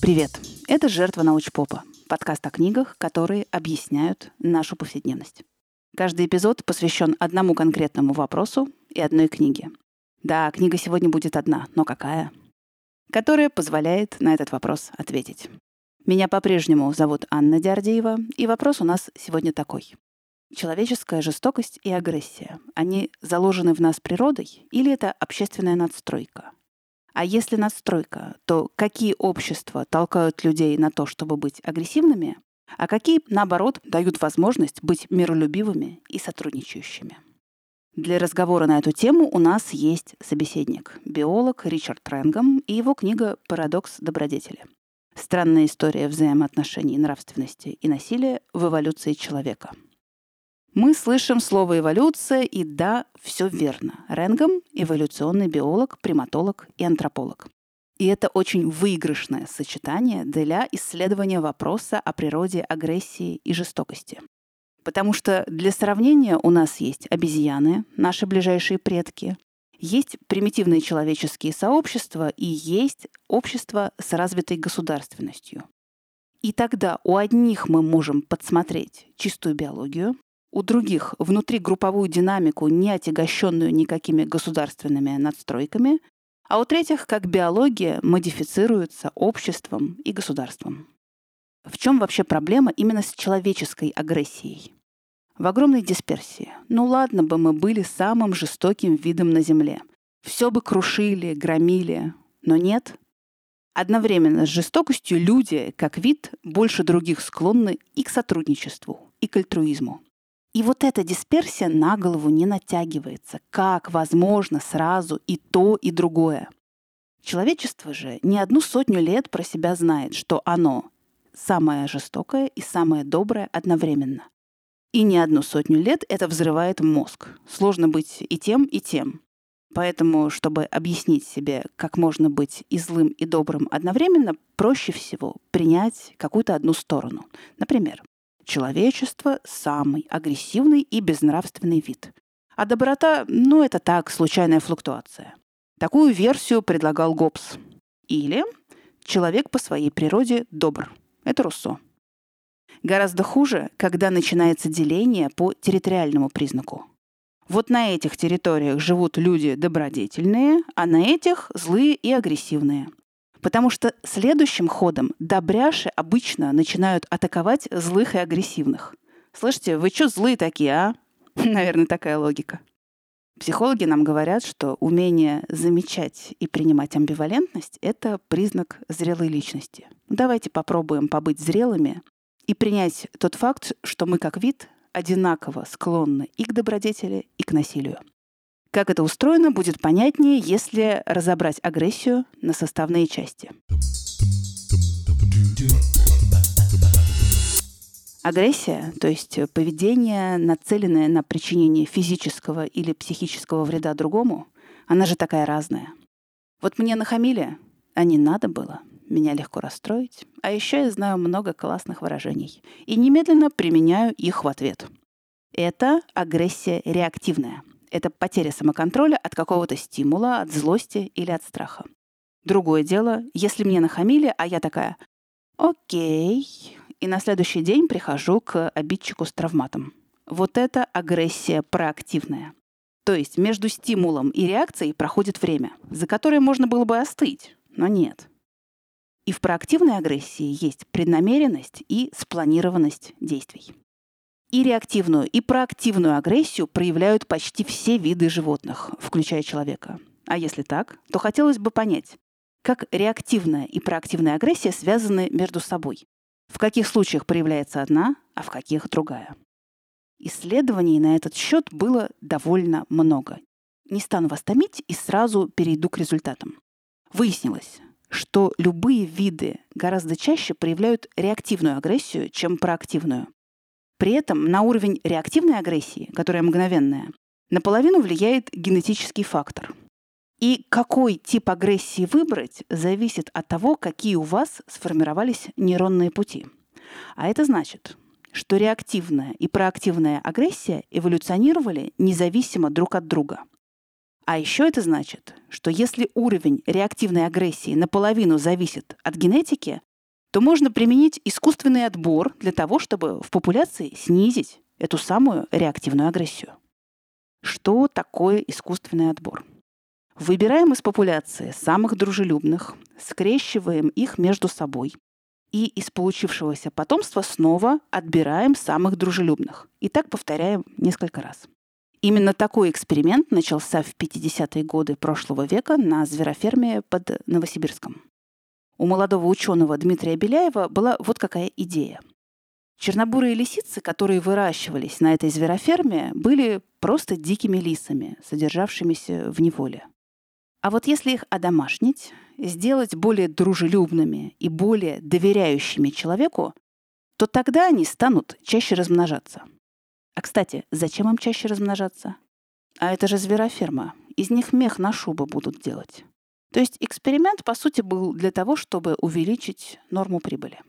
Привет! Это «Жертва научпопа» — подкаст о книгах, которые объясняют нашу повседневность. Каждый эпизод посвящен одному конкретному вопросу и одной книге. Да, книга сегодня будет одна, но какая? Которая позволяет на этот вопрос ответить. Меня по-прежнему зовут Анна Диардеева, и вопрос у нас сегодня такой. Человеческая жестокость и агрессия, они заложены в нас природой или это общественная надстройка? А если надстройка, то какие общества толкают людей на то, чтобы быть агрессивными, а какие, наоборот, дают возможность быть миролюбивыми и сотрудничающими? Для разговора на эту тему у нас есть собеседник, биолог Ричард Рэнгом и его книга «Парадокс добродетели. Странная история взаимоотношений нравственности и насилия в эволюции человека». Мы слышим слово «эволюция», и да, все верно. Рэнгом — эволюционный биолог, приматолог и антрополог. И это очень выигрышное сочетание для исследования вопроса о природе агрессии и жестокости. Потому что для сравнения у нас есть обезьяны, наши ближайшие предки, есть примитивные человеческие сообщества и есть общество с развитой государственностью. И тогда у одних мы можем подсмотреть чистую биологию, у других — внутригрупповую динамику, не отягощенную никакими государственными надстройками, а у третьих, как биология, модифицируется обществом и государством. В чем вообще проблема именно с человеческой агрессией? В огромной дисперсии. Ну ладно бы мы были самым жестоким видом на Земле. Все бы крушили, громили. Но нет. Одновременно с жестокостью люди, как вид, больше других склонны и к сотрудничеству, и к альтруизму. И вот эта дисперсия на голову не натягивается. Как возможно сразу и то, и другое? Человечество же не 100 лет про себя знает, что оно самое жестокое и самое доброе одновременно. И не 100 лет это взрывает мозг. Сложно быть и тем, и тем. Поэтому, чтобы объяснить себе, как можно быть и злым, и добрым одновременно, проще всего принять какую-то одну сторону. Например, человечество — самый агрессивный и безнравственный вид. А доброта — это так, случайная флуктуация. Такую версию предлагал Гоббс. Или человек по своей природе добр. Это Руссо. Гораздо хуже, когда начинается деление по территориальному признаку. Вот на этих территориях живут люди добродетельные, а на этих — злые и агрессивные. Потому что следующим ходом добряши обычно начинают атаковать злых и агрессивных. Слышите, вы что злые такие, а? Наверное, такая логика. Психологи нам говорят, что умение замечать и принимать амбивалентность — это признак зрелой личности. Давайте попробуем побыть зрелыми и принять тот факт, что мы как вид одинаково склонны и к добродетели, и к насилию. Как это устроено, будет понятнее, если разобрать агрессию на составные части. Агрессия, то есть поведение, нацеленное на причинение физического или психического вреда другому, она же такая разная. Вот мне нахамили, а не надо было. Меня легко расстроить. А еще я знаю много классных выражений. И немедленно применяю их в ответ. Это агрессия реактивная. Это потеря самоконтроля от какого-то стимула, от злости или от страха. Другое дело, если мне нахамили, а я такая «Окей», и на следующий день прихожу к обидчику с травматом. Вот это агрессия проактивная. То есть между стимулом и реакцией проходит время, за которое можно было бы остыть, но нет. И в проактивной агрессии есть преднамеренность и спланированность действий. И реактивную, и проактивную агрессию проявляют почти все виды животных, включая человека. А если так, то хотелось бы понять, как реактивная и проактивная агрессия связаны между собой. В каких случаях проявляется одна, а в каких другая. Исследований на этот счет было довольно много. Не стану вас томить и сразу перейду к результатам. Выяснилось, что любые виды гораздо чаще проявляют реактивную агрессию, чем проактивную. При этом на уровень реактивной агрессии, которая мгновенная, наполовину влияет генетический фактор. И какой тип агрессии выбрать, зависит от того, какие у вас сформировались нейронные пути. А это значит, что реактивная и проактивная агрессия эволюционировали независимо друг от друга. А еще это значит, что если уровень реактивной агрессии наполовину зависит от генетики, то можно применить искусственный отбор для того, чтобы в популяции снизить эту самую реактивную агрессию. Что такое искусственный отбор? Выбираем из популяции самых дружелюбных, скрещиваем их между собой и из получившегося потомства снова отбираем самых дружелюбных. И так повторяем несколько раз. Именно такой эксперимент начался в 50-е годы прошлого века на звероферме под Новосибирском. У молодого ученого Дмитрия Беляева была вот какая идея. Чернобурые лисицы, которые выращивались на этой звероферме, были просто дикими лисами, содержавшимися в неволе. А вот если их одомашнить, сделать более дружелюбными и более доверяющими человеку, то тогда они станут чаще размножаться. А, кстати, зачем им чаще размножаться? А это же звероферма. Из них мех на шубы будут делать. То есть эксперимент, по сути, был для того, чтобы увеличить норму прибыли.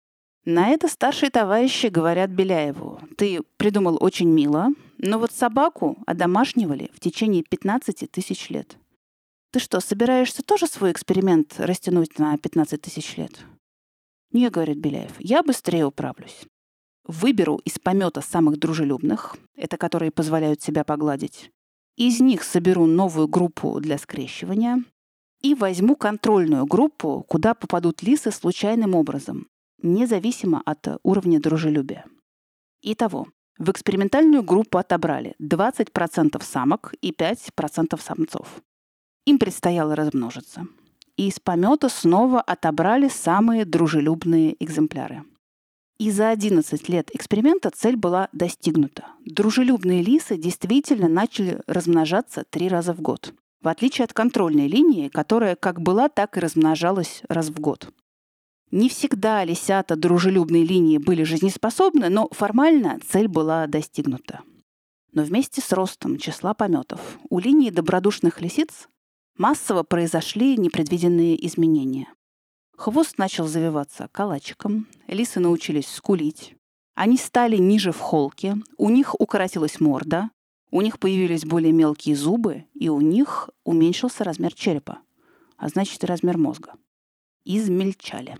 На это старшие товарищи говорят Беляеву: «Ты придумал очень мило, но вот собаку одомашнивали в течение 15 тысяч лет. Ты что, собираешься тоже свой эксперимент растянуть на 15 тысяч лет?» «Не», — говорит Беляев, — «я быстрее управлюсь. Выберу из помета самых дружелюбных, это которые позволяют себя погладить, из них соберу новую группу для скрещивания и возьму контрольную группу, куда попадут лисы случайным образом, независимо от уровня дружелюбия. Итого, в экспериментальную группу отобрали 20% самок и 5% самцов. Им предстояло размножиться. И из помета снова отобрали самые дружелюбные экземпляры. И за 11 лет эксперимента цель была достигнута. Дружелюбные лисы действительно начали размножаться 3 раза в год, в отличие от контрольной линии, которая как была, так и размножалась раз в год. Не всегда лисята дружелюбной линии были жизнеспособны, но формально цель была достигнута. Но вместе с ростом числа пометов у линии добродушных лисиц массово произошли непредвиденные изменения. Хвост начал завиваться калачиком, лисы научились скулить, они стали ниже в холке, у них укоротилась морда, у них появились более мелкие зубы, и у них уменьшился размер черепа, а значит и размер мозга. Измельчали.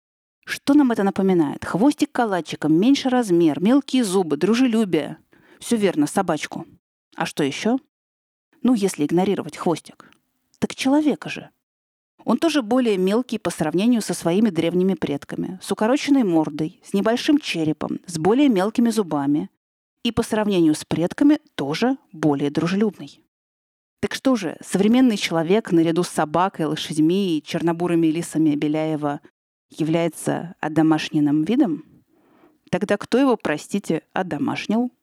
Что нам это напоминает? Хвостик калачиком, меньше размер, мелкие зубы, дружелюбие. Все верно, собачку. А что еще? Ну, если игнорировать хвостик. Так человека же. Он тоже более мелкий по сравнению со своими древними предками, с укороченной мордой, с небольшим черепом, с более мелкими зубами. И по сравнению с предками тоже более дружелюбный. Так что же, современный человек наряду с собакой, лошадьми и чернобурыми лисами Беляева является одомашненным видом? Тогда кто его, простите, одомашнил?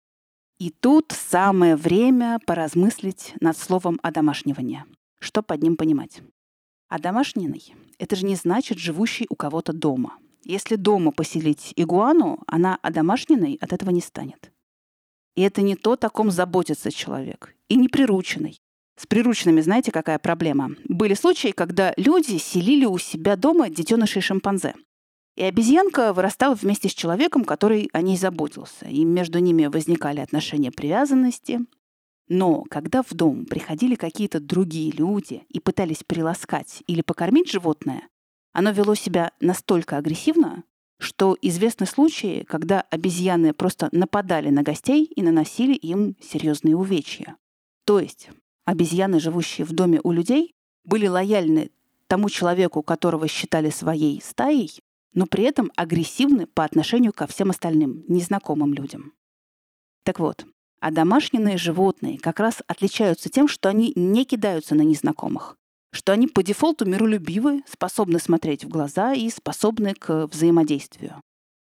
И тут самое время поразмыслить над словом «одомашнивание». Что под ним понимать? Одомашненный — это же не значит живущий у кого-то дома. Если дома поселить игуану, она одомашненной от этого не станет. И это не то, о ком заботится человек. И не прирученный. С прирученными знаете, какая проблема? Были случаи, когда люди селили у себя дома детенышей шимпанзе. И обезьянка вырастала вместе с человеком, который о ней заботился. И между ними возникали отношения привязанности. Но когда в дом приходили какие-то другие люди и пытались приласкать или покормить животное, оно вело себя настолько агрессивно, что известны случаи, когда обезьяны просто нападали на гостей и наносили им серьезные увечья. То есть обезьяны, живущие в доме у людей, были лояльны тому человеку, которого считали своей стаей, но при этом агрессивны по отношению ко всем остальным, незнакомым людям. Так вот, одомашненные животные как раз отличаются тем, что они не кидаются на незнакомых, что они по дефолту миролюбивы, способны смотреть в глаза и способны к взаимодействию.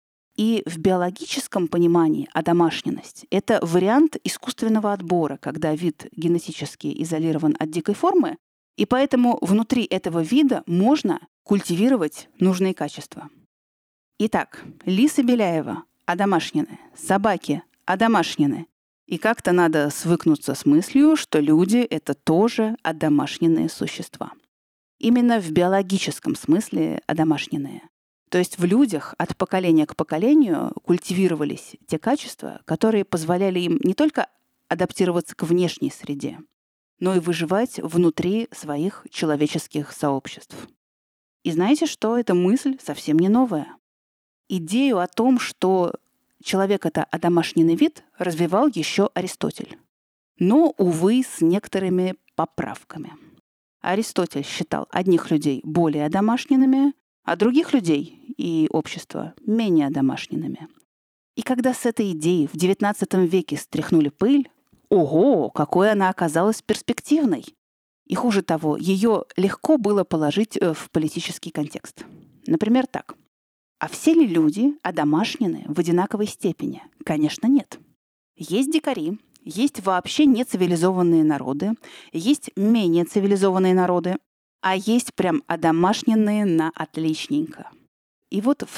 И в биологическом понимании одомашненность — это вариант искусственного отбора, когда вид генетически изолирован от дикой формы, и поэтому внутри этого вида можно культивировать нужные качества. Итак, лисы Беляева одомашнены, собаки одомашнены. И как-то надо свыкнуться с мыслью, что люди — это тоже одомашненные существа. Именно в биологическом смысле одомашненные. То есть в людях от поколения к поколению культивировались те качества, которые позволяли им не только адаптироваться к внешней среде, но и выживать внутри своих человеческих сообществ. И знаете что? Эта мысль совсем не новая. Идею о том, что человек — это одомашненный вид, развивал еще Аристотель. Но, увы, с некоторыми поправками. Аристотель считал одних людей более одомашненными, а других людей и общество менее одомашненными. И когда с этой идеей в XIX веке стряхнули пыль, ого, какой она оказалась перспективной! И хуже того, ее легко было положить в политический контекст. Например, так. А все ли люди одомашнены в одинаковой степени? Конечно, нет. Есть дикари, есть вообще нецивилизованные народы, есть менее цивилизованные народы, а есть прям одомашненные на отличненько. И вот в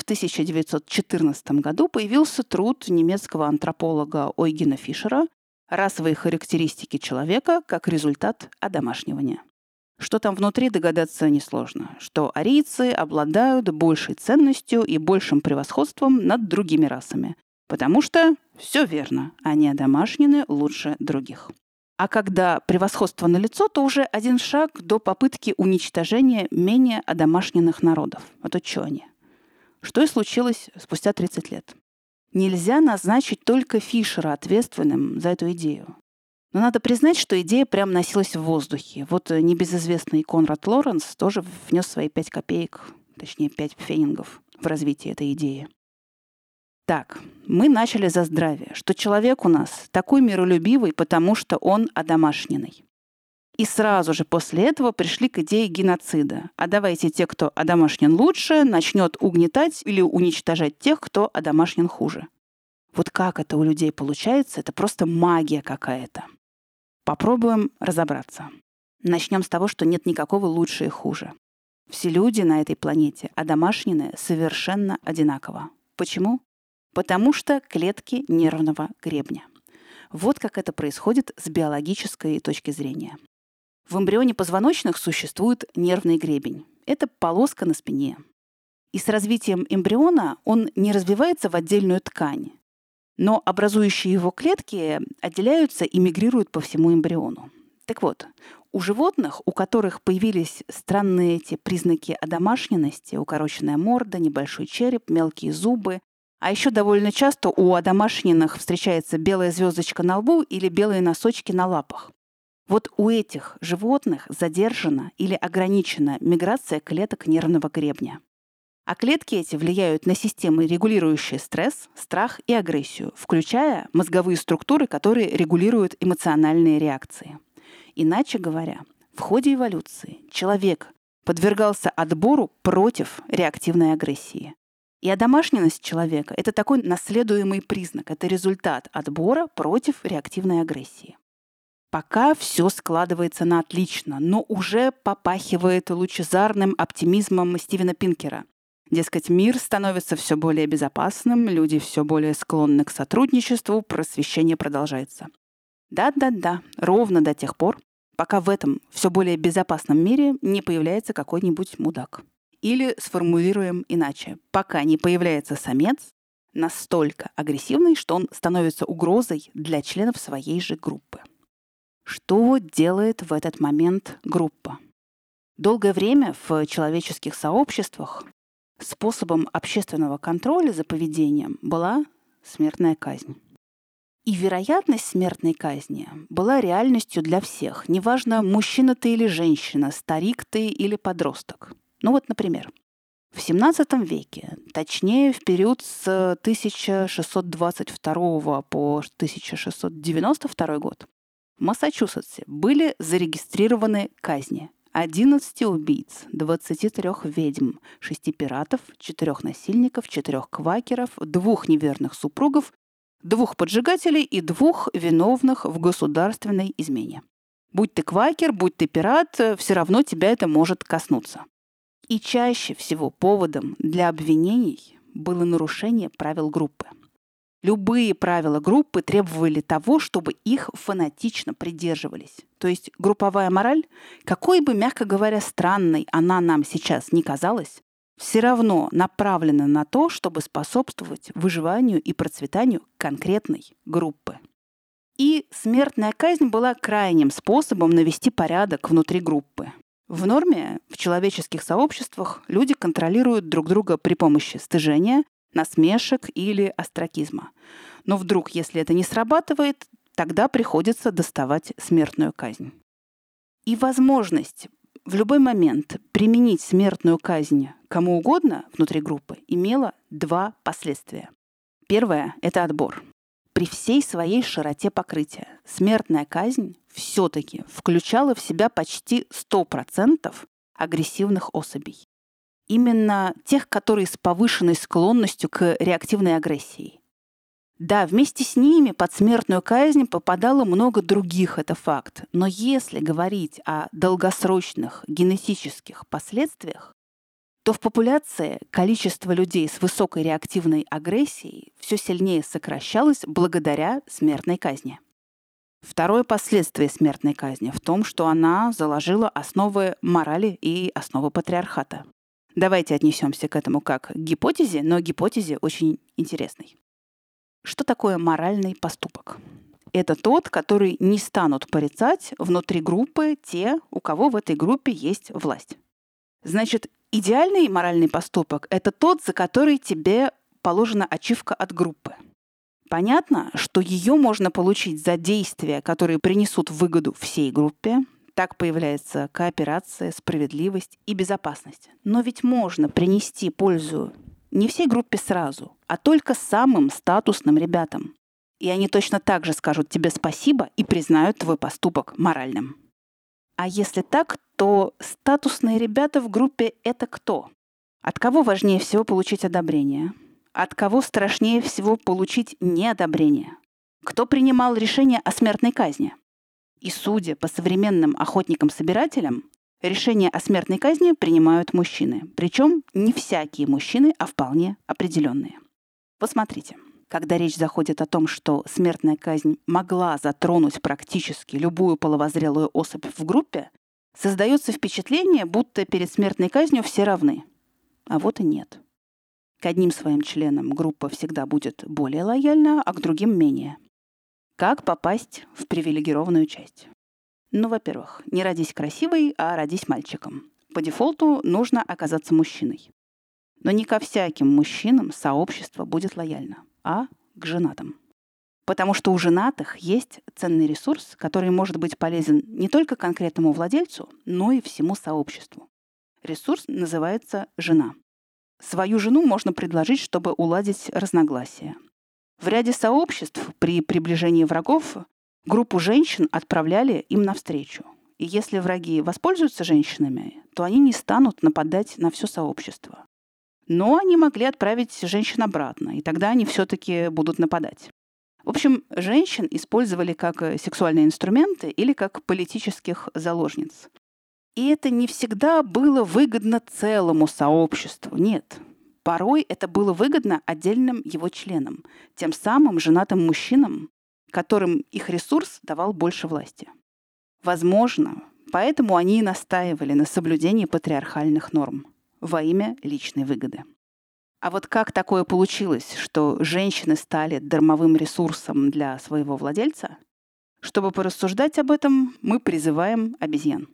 1914 году появился труд немецкого антрополога Ойгена Фишера «Расовые характеристики человека как результат одомашнивания». Что там внутри, догадаться несложно. Что арийцы обладают большей ценностью и большим превосходством над другими расами. Потому что, все верно, они одомашнены лучше других. А когда превосходство налицо, то уже один шаг до попытки уничтожения менее одомашненных народов. А то что они? Что и случилось спустя 30 лет. Нельзя назначить только Фишера ответственным за эту идею. Но надо признать, что идея прям носилась в воздухе. Вот небезызвестный Конрад Лоренс тоже внес свои 5 копеек, точнее 5 пфенингов в развитие этой идеи. Так, мы начали за здравие, что человек у нас такой миролюбивый, потому что он одомашненный. И сразу же после этого пришли к идее геноцида. А давайте те, кто одомашнен лучше, начнет угнетать или уничтожать тех, кто одомашнен хуже. Вот как это у людей получается, это просто магия какая-то. Попробуем разобраться. Начнем с того, что нет никакого лучше и хуже. Все люди на этой планете одомашнены совершенно одинаково. Почему? Потому что клетки нервного гребня. Вот как это происходит с биологической точки зрения. В эмбрионе позвоночных существует нервный гребень. Это полоска на спине. И с развитием эмбриона он не развивается в отдельную ткань, но образующие его клетки отделяются и мигрируют по всему эмбриону. Так вот, у животных, у которых появились странные эти признаки одомашненности, укороченная морда, небольшой череп, мелкие зубы, а еще довольно часто у одомашненных встречается белая звездочка на лбу или белые носочки на лапах. Вот у этих животных задержана или ограничена миграция клеток нервного гребня. А клетки эти влияют на системы, регулирующие стресс, страх и агрессию, включая мозговые структуры, которые регулируют эмоциональные реакции. Иначе говоря, в ходе эволюции человек подвергался отбору против реактивной агрессии. И одомашненность человека — это такой наследуемый признак, это результат отбора против реактивной агрессии. Пока все складывается на отлично, но уже попахивает лучезарным оптимизмом Стивена Пинкера. Дескать, мир становится все более безопасным, люди все более склонны к сотрудничеству, просвещение продолжается. Да, ровно до тех пор, пока в этом все более безопасном мире не появляется какой-нибудь мудак. Или сформулируем иначе, пока не появляется самец настолько агрессивный, что он становится угрозой для членов своей же группы. Что делает в этот момент группа? Долгое время в человеческих сообществах способом общественного контроля за поведением была смертная казнь. И вероятность смертной казни была реальностью для всех. Неважно, мужчина ты или женщина, старик ты или подросток. Ну вот, например, в XVII веке, точнее в период с 1622 по 1692 год, в Массачусетсе были зарегистрированы казни 11 убийц, 23 ведьм, 6 пиратов, 4 насильников, 4 квакеров, 2 неверных супругов, 2 поджигателей и 2 виновных в государственной измене. Будь ты квакер, будь ты пират, все равно тебя это может коснуться. И чаще всего поводом для обвинений было нарушение правил группы. Любые правила группы требовали того, чтобы их фанатично придерживались. То есть групповая мораль, какой бы, мягко говоря, странной она нам сейчас ни казалась, все равно направлена на то, чтобы способствовать выживанию и процветанию конкретной группы. И смертная казнь была крайним способом навести порядок внутри группы. В норме в человеческих сообществах люди контролируют друг друга при помощи стыжения, насмешек или остракизма. Но вдруг, если это не срабатывает, тогда приходится доставать смертную казнь. И возможность в любой момент применить смертную казнь кому угодно внутри группы имела два последствия. Первое – это отбор. При всей своей широте покрытия смертная казнь все-таки включала в себя почти 100% агрессивных особей. Именно тех, которые с повышенной склонностью к реактивной агрессии. Да, вместе с ними под смертную казнь попадало много других, это факт. Но если говорить о долгосрочных генетических последствиях, то в популяции количество людей с высокой реактивной агрессией все сильнее сокращалось благодаря смертной казни. Второе последствие смертной казни в том, что она заложила основы морали и основы патриархата. Давайте отнесемся к этому как к гипотезе, но гипотезе очень интересной. Что такое моральный поступок? Это тот, который не станут порицать внутри группы те, у кого в этой группе есть власть. Значит, идеальный моральный поступок – это тот, за который тебе положена ачивка от группы. Понятно, что ее можно получить за действия, которые принесут выгоду всей группе. Так появляется кооперация, справедливость и безопасность. Но ведь можно принести пользу не всей группе сразу, а только самым статусным ребятам. И они точно так же скажут тебе спасибо и признают твой поступок моральным. А если так, то статусные ребята в группе — это кто? От кого важнее всего получить одобрение? От кого страшнее всего получить неодобрение? Кто принимал решение о смертной казни? И судя по современным охотникам-собирателям, решение о смертной казни принимают мужчины. Причем не всякие мужчины, а вполне определенные. Посмотрите, когда речь заходит о том, что смертная казнь могла затронуть практически любую половозрелую особь в группе, создается впечатление, будто перед смертной казнью все равны. А вот и нет. К одним своим членам группа всегда будет более лояльна, а к другим менее. Как попасть в привилегированную часть? Ну, во-первых, не родись красивой, а родись мальчиком. По дефолту нужно оказаться мужчиной. Но не ко всяким мужчинам сообщество будет лояльно, а к женатым. Потому что у женатых есть ценный ресурс, который может быть полезен не только конкретному владельцу, но и всему сообществу. Ресурс называется жена. Свою жену можно предложить, чтобы уладить разногласия. В ряде сообществ при приближении врагов группу женщин отправляли им навстречу. И если враги воспользуются женщинами, то они не станут нападать на все сообщество. Но они могли отправить женщин обратно, и тогда они все-таки будут нападать. В общем, женщин использовали как сексуальные инструменты или как политических заложниц. И это не всегда было выгодно целому сообществу. Нет. Порой это было выгодно отдельным его членам, тем самым женатым мужчинам, которым их ресурс давал больше власти. Возможно, поэтому они и настаивали на соблюдении патриархальных норм во имя личной выгоды. А вот как такое получилось, что женщины стали дармовым ресурсом для своего владельца? Чтобы порассуждать об этом, мы призываем обезьян.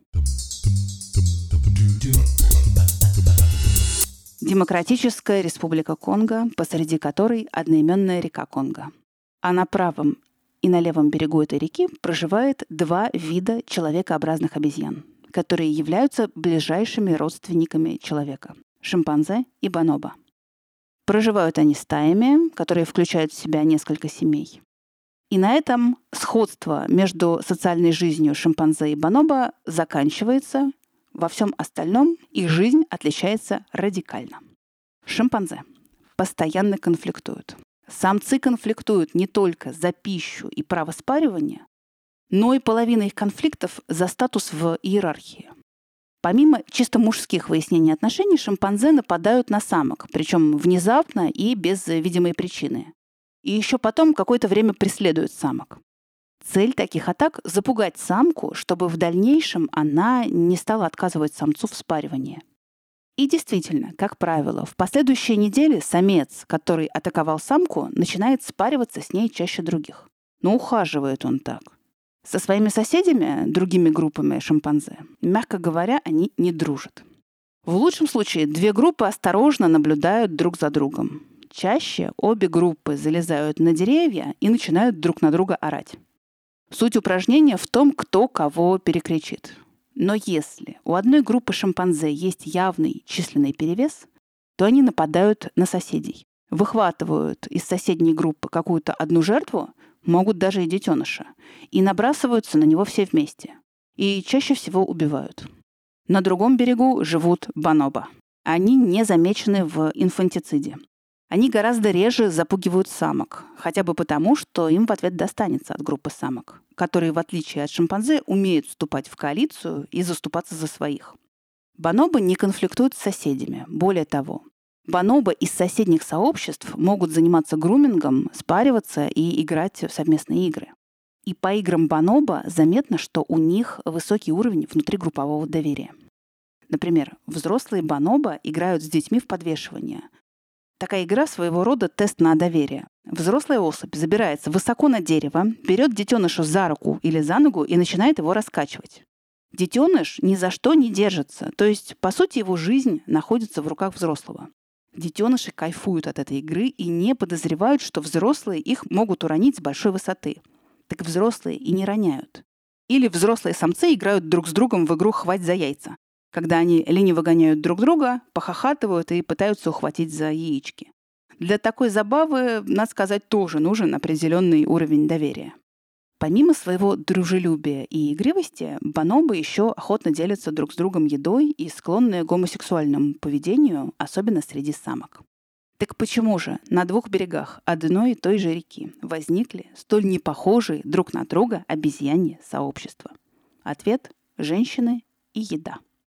Демократическая республика Конго, посреди которой одноименная река Конго. А на правом и на левом берегу этой реки проживает два вида человекообразных обезьян, которые являются ближайшими родственниками человека – шимпанзе и бонобо. Проживают они стаями, которые включают в себя несколько семей. И на этом сходство между социальной жизнью шимпанзе и бонобо заканчивается. Во всем остальном их жизнь отличается радикально. Шимпанзе постоянно конфликтуют. Самцы конфликтуют не только за пищу и право спаривания, но и половина их конфликтов за статус в иерархии. Помимо чисто мужских выяснений отношений, шимпанзе нападают на самок, причем внезапно и без видимой причины. И еще потом какое-то время преследуют самок. Цель таких атак — запугать самку, чтобы в дальнейшем она не стала отказывать самцу в спаривании. И действительно, как правило, в последующие недели самец, который атаковал самку, начинает спариваться с ней чаще других. Но ухаживает он так. Со своими соседями, другими группами шимпанзе, мягко говоря, они не дружат. В лучшем случае две группы осторожно наблюдают друг за другом. Чаще обе группы залезают на деревья и начинают друг на друга орать. Суть упражнения в том, кто кого перекричит. Но если у одной группы шимпанзе есть явный численный перевес, то они нападают на соседей, выхватывают из соседней группы какую-то одну жертву, могут даже и детеныша, и набрасываются на него все вместе. И чаще всего убивают. На другом берегу живут бонобо. Они не замечены в инфантициде. Они гораздо реже запугивают самок, хотя бы потому, что им в ответ достанется от группы самок, которые, в отличие от шимпанзе, умеют вступать в коалицию и заступаться за своих. Бонобо не конфликтуют с соседями. Более того, бонобо из соседних сообществ могут заниматься грумингом, спариваться и играть в совместные игры. И по играм бонобо заметно, что у них высокий уровень внутригруппового доверия. Например, взрослые бонобо играют с детьми в подвешивание. Такая игра своего рода тест на доверие. Взрослая особь забирается высоко на дерево, берет детеныша за руку или за ногу и начинает его раскачивать. Детеныш ни за что не держится, то есть, по сути, его жизнь находится в руках взрослого. Детеныши кайфуют от этой игры и не подозревают, что взрослые их могут уронить с большой высоты. Так взрослые и не роняют. Или взрослые самцы играют друг с другом в игру «Хвать за яйца», когда они лениво гоняют друг друга, похохатывают и пытаются ухватить за яички. Для такой забавы, надо сказать, тоже нужен определенный уровень доверия. Помимо своего дружелюбия и игривости, бонобо еще охотно делятся друг с другом едой и склонны к гомосексуальному поведению, особенно среди самок. Так почему же на двух берегах одной и той же реки возникли столь непохожие друг на друга обезьяньи сообщества? Ответ – женщины и еда.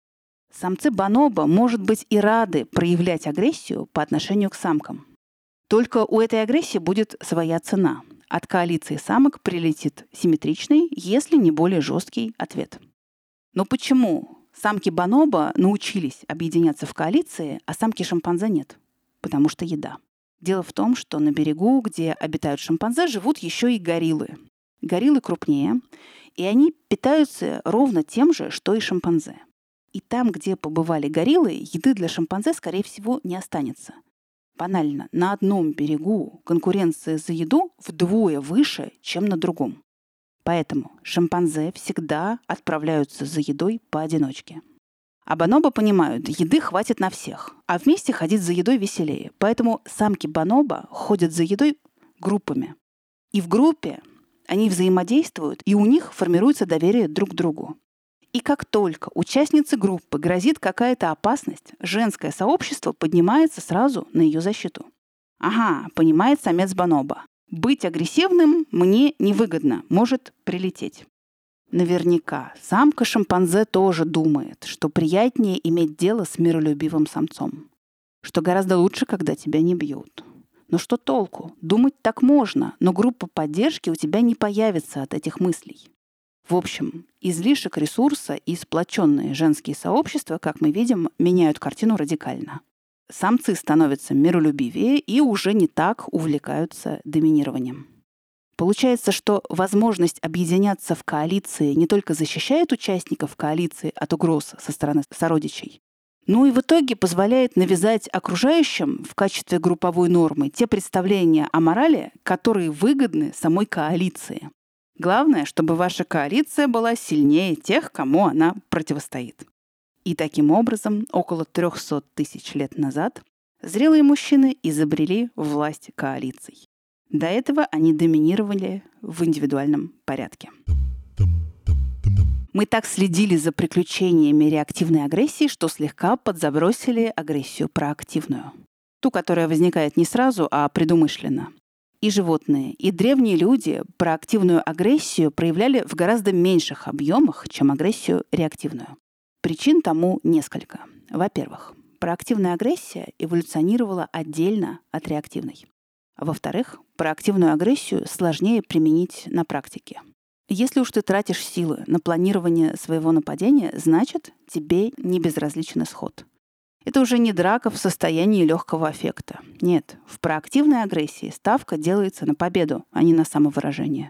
Самцы бонобо, может быть, и рады проявлять агрессию по отношению к самкам. Только у этой агрессии будет своя цена. От коалиции самок прилетит симметричный, если не более жесткий ответ. Но почему самки бонобо научились объединяться в коалиции, а самки шимпанзе нет? Потому что еда. Дело в том, что на берегу, где обитают шимпанзе, живут еще и гориллы. Гориллы крупнее, и они питаются ровно тем же, что и шимпанзе. И там, где побывали гориллы, еды для шимпанзе, скорее всего, не останется. Банально, на одном берегу конкуренция за еду вдвое выше, чем на другом. Поэтому шимпанзе всегда отправляются за едой поодиночке. А бонобо понимают, еды хватит на всех, а вместе ходить за едой веселее. Поэтому самки бонобо ходят за едой группами. И в группе они взаимодействуют, и у них формируется доверие друг к другу. И как только участнице группы грозит какая-то опасность, женское сообщество поднимается сразу на ее защиту. Ага, понимает самец бонобо. Быть агрессивным мне невыгодно, может прилететь. Наверняка самка шимпанзе тоже думает, что приятнее иметь дело с миролюбивым самцом. Что гораздо лучше, когда тебя не бьют. Но что толку? Думать так можно, но группа поддержки у тебя не появится от этих мыслей. В общем, излишек ресурса и сплоченные женские сообщества, как мы видим, меняют картину радикально. Самцы становятся миролюбивее и уже не так увлекаются доминированием. Получается, что возможность объединяться в коалиции не только защищает участников коалиции от угроз со стороны сородичей, но и в итоге позволяет навязать окружающим в качестве групповой нормы те представления о морали, которые выгодны самой коалиции. Главное, чтобы ваша коалиция была сильнее тех, кому она противостоит. И таким образом, около 300 тысяч лет назад зрелые мужчины изобрели власть коалиций. До этого они доминировали в индивидуальном порядке. Мы так следили за приключениями реактивной агрессии, что слегка подзабросили агрессию проактивную. Ту, которая возникает не сразу, а предумышленно. И животные, и древние люди проактивную агрессию проявляли в гораздо меньших объемах, чем агрессию реактивную. Причин тому несколько. Во-первых, проактивная агрессия эволюционировала отдельно от реактивной. Во-вторых, проактивную агрессию сложнее применить на практике. Если уж ты тратишь силы на планирование своего нападения, значит, тебе не безразличен исход. Это уже не драка в состоянии легкого аффекта. Нет, в проактивной агрессии ставка делается на победу, а не на самовыражение.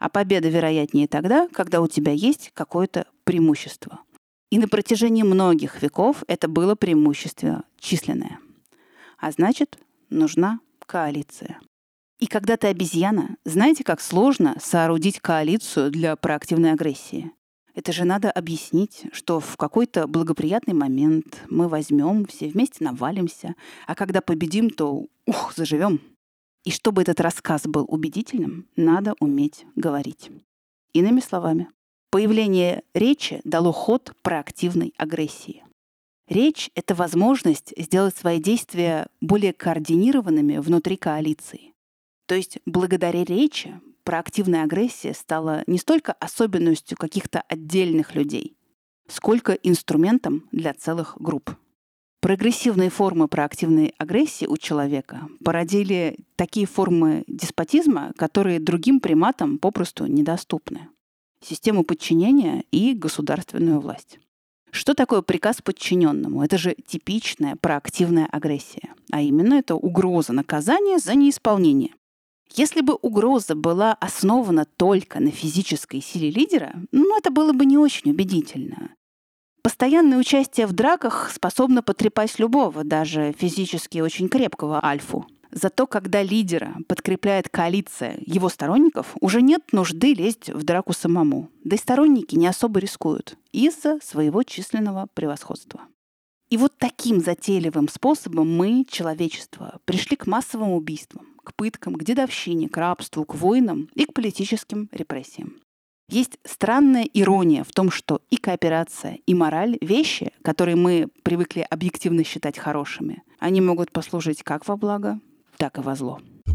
А победа вероятнее тогда, когда у тебя есть какое-то преимущество. И на протяжении многих веков это было преимущество численное. А значит, нужна коалиция. И когда ты обезьяна, знаете, как сложно соорудить коалицию для проактивной агрессии? Это же надо объяснить, что в какой-то благоприятный момент мы возьмем, все вместе навалимся, а когда победим, то заживем. И чтобы этот рассказ был убедительным, надо уметь говорить. Иными словами, появление речи дало ход проактивной агрессии. Речь — это возможность сделать свои действия более координированными внутри коалиции. То есть благодаря речи проактивная агрессия стала не столько особенностью каких-то отдельных людей, сколько инструментом для целых групп. Прогрессивные формы проактивной агрессии у человека породили такие формы деспотизма, которые другим приматам попросту недоступны. Систему подчинения и государственную власть. Что такое приказ подчиненному? Это же типичная проактивная агрессия. А именно это угроза наказания за неисполнение. Если бы угроза была основана только на физической силе лидера, это было бы не очень убедительно. Постоянное участие в драках способно потрепать любого, даже физически очень крепкого альфу. Зато когда лидера подкрепляет коалиция его сторонников, уже нет нужды лезть в драку самому. Да и сторонники не особо рискуют из-за своего численного превосходства. И вот таким затейливым способом мы, человечество, пришли к массовым убийствам, к пыткам, к дедовщине, к рабству, к войнам и к политическим репрессиям. Есть странная ирония в том, что и кооперация, и мораль — вещи, которые мы привыкли объективно считать хорошими. Они могут послужить как во благо, так и во зло.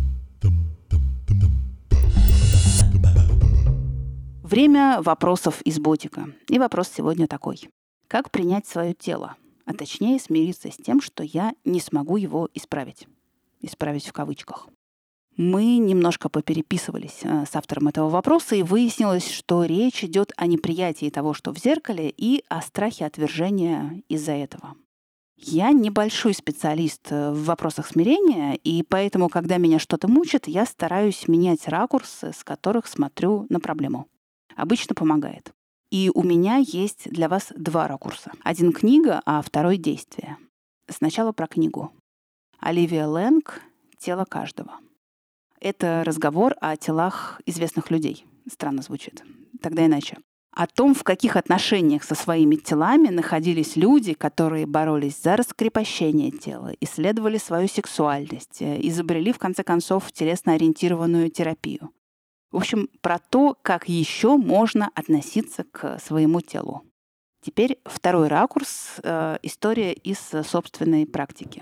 Время вопросов из ботика. И вопрос сегодня такой. Как принять свое тело? А точнее смириться с тем, что я не смогу его исправить. Исправить в кавычках. Мы немножко попереписывались с автором этого вопроса, и выяснилось, что речь идет о неприятии того, что в зеркале, и о страхе отвержения из-за этого. Я небольшой специалист в вопросах смирения, и поэтому, когда меня что-то мучит, я стараюсь менять ракурсы, с которых смотрю на проблему. Обычно помогает. И у меня есть для вас два ракурса. Один — книга, а второй — действие. Сначала про книгу. Оливия Лэнг «Тело каждого». Это разговор о телах известных людей. Странно звучит. Тогда иначе. О том, в каких отношениях со своими телами находились люди, которые боролись за раскрепощение тела, исследовали свою сексуальность, изобрели, в конце концов, телесно-ориентированную терапию. В общем, про то, как еще можно относиться к своему телу. Теперь второй ракурс — история из собственной практики.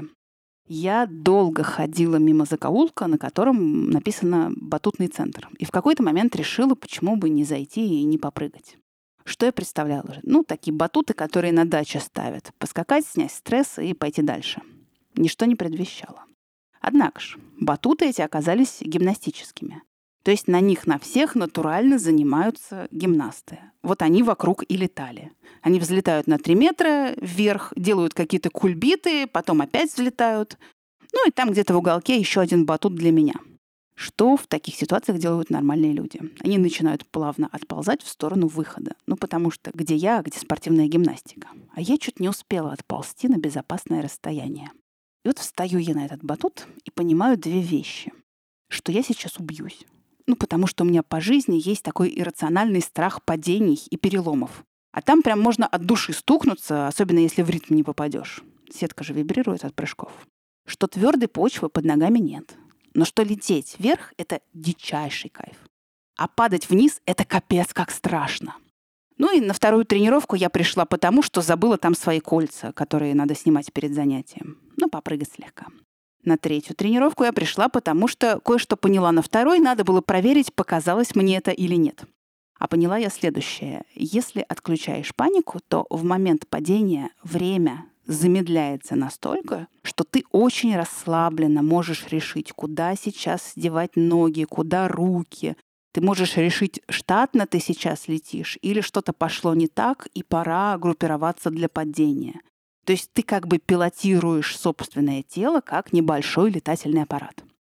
Я долго ходила мимо закоулка, на котором написано «батутный центр». И в какой-то момент решила, почему бы не зайти и не попрыгать. Что я представляла? Такие батуты, которые на даче ставят. Поскакать, снять стресс и пойти дальше. Ничто не предвещало. Однако же, батуты эти оказались гимнастическими. То есть на них на всех натурально занимаются гимнасты. Вот они вокруг и летали. Они взлетают на 3 метра вверх, делают какие-то кульбиты, потом опять взлетают. И там где-то в уголке еще один батут для меня. Что в таких ситуациях делают нормальные люди? Они начинают плавно отползать в сторону выхода. Потому что где я, где спортивная гимнастика? А я чуть не успела отползти на безопасное расстояние. И вот встаю я на этот батут и понимаю две вещи. Что я сейчас убьюсь. Потому что у меня по жизни есть такой иррациональный страх падений и переломов. А там прям можно от души стукнуться, особенно если в ритм не попадешь. Сетка же вибрирует от прыжков. Что твердой почвы под ногами нет. Но что лететь вверх — это дичайший кайф. А падать вниз — это капец как страшно. И на вторую тренировку я пришла потому, что забыла там свои кольца, которые надо снимать перед занятием. Попрыгать слегка. На третью тренировку я пришла, потому что кое-что поняла на второй, надо было проверить, показалось мне это или нет. А поняла я следующее. Если отключаешь панику, то в момент падения время замедляется настолько, что ты очень расслабленно можешь решить, куда сейчас девать ноги, куда руки. Ты можешь решить, штатно ты сейчас летишь или что-то пошло не так, и пора группироваться для падения. То есть ты как бы пилотируешь собственное тело как небольшой летательный аппарат.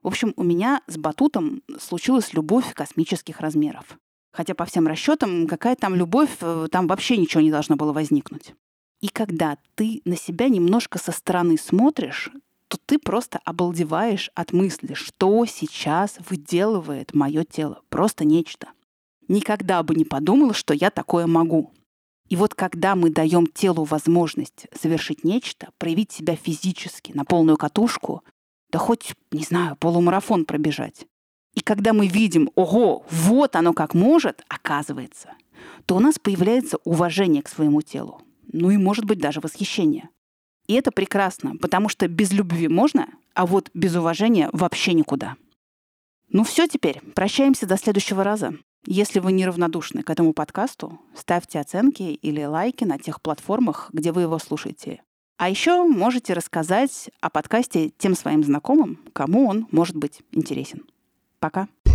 В общем, у меня с батутом случилась любовь космических размеров. Хотя по всем расчетам, какая там любовь, там вообще ничего не должно было возникнуть. И когда ты на себя немножко со стороны смотришь, то ты просто обалдеваешь от мысли, что сейчас выделывает мое тело. Просто нечто. Никогда бы не подумала, что я такое могу. И вот когда мы даем телу возможность совершить нечто, проявить себя физически на полную катушку, да хоть, не знаю, полумарафон пробежать. И когда мы видим, ого, вот оно как может, оказывается, то у нас появляется уважение к своему телу. Ну и, может быть, даже восхищение. И это прекрасно, потому что без любви можно, а вот без уважения вообще никуда. Ну все теперь, прощаемся до следующего раза. Если вы неравнодушны к этому подкасту, ставьте оценки или лайки на тех платформах, где вы его слушаете. А еще можете рассказать о подкасте тем своим знакомым, кому он может быть интересен. Пока.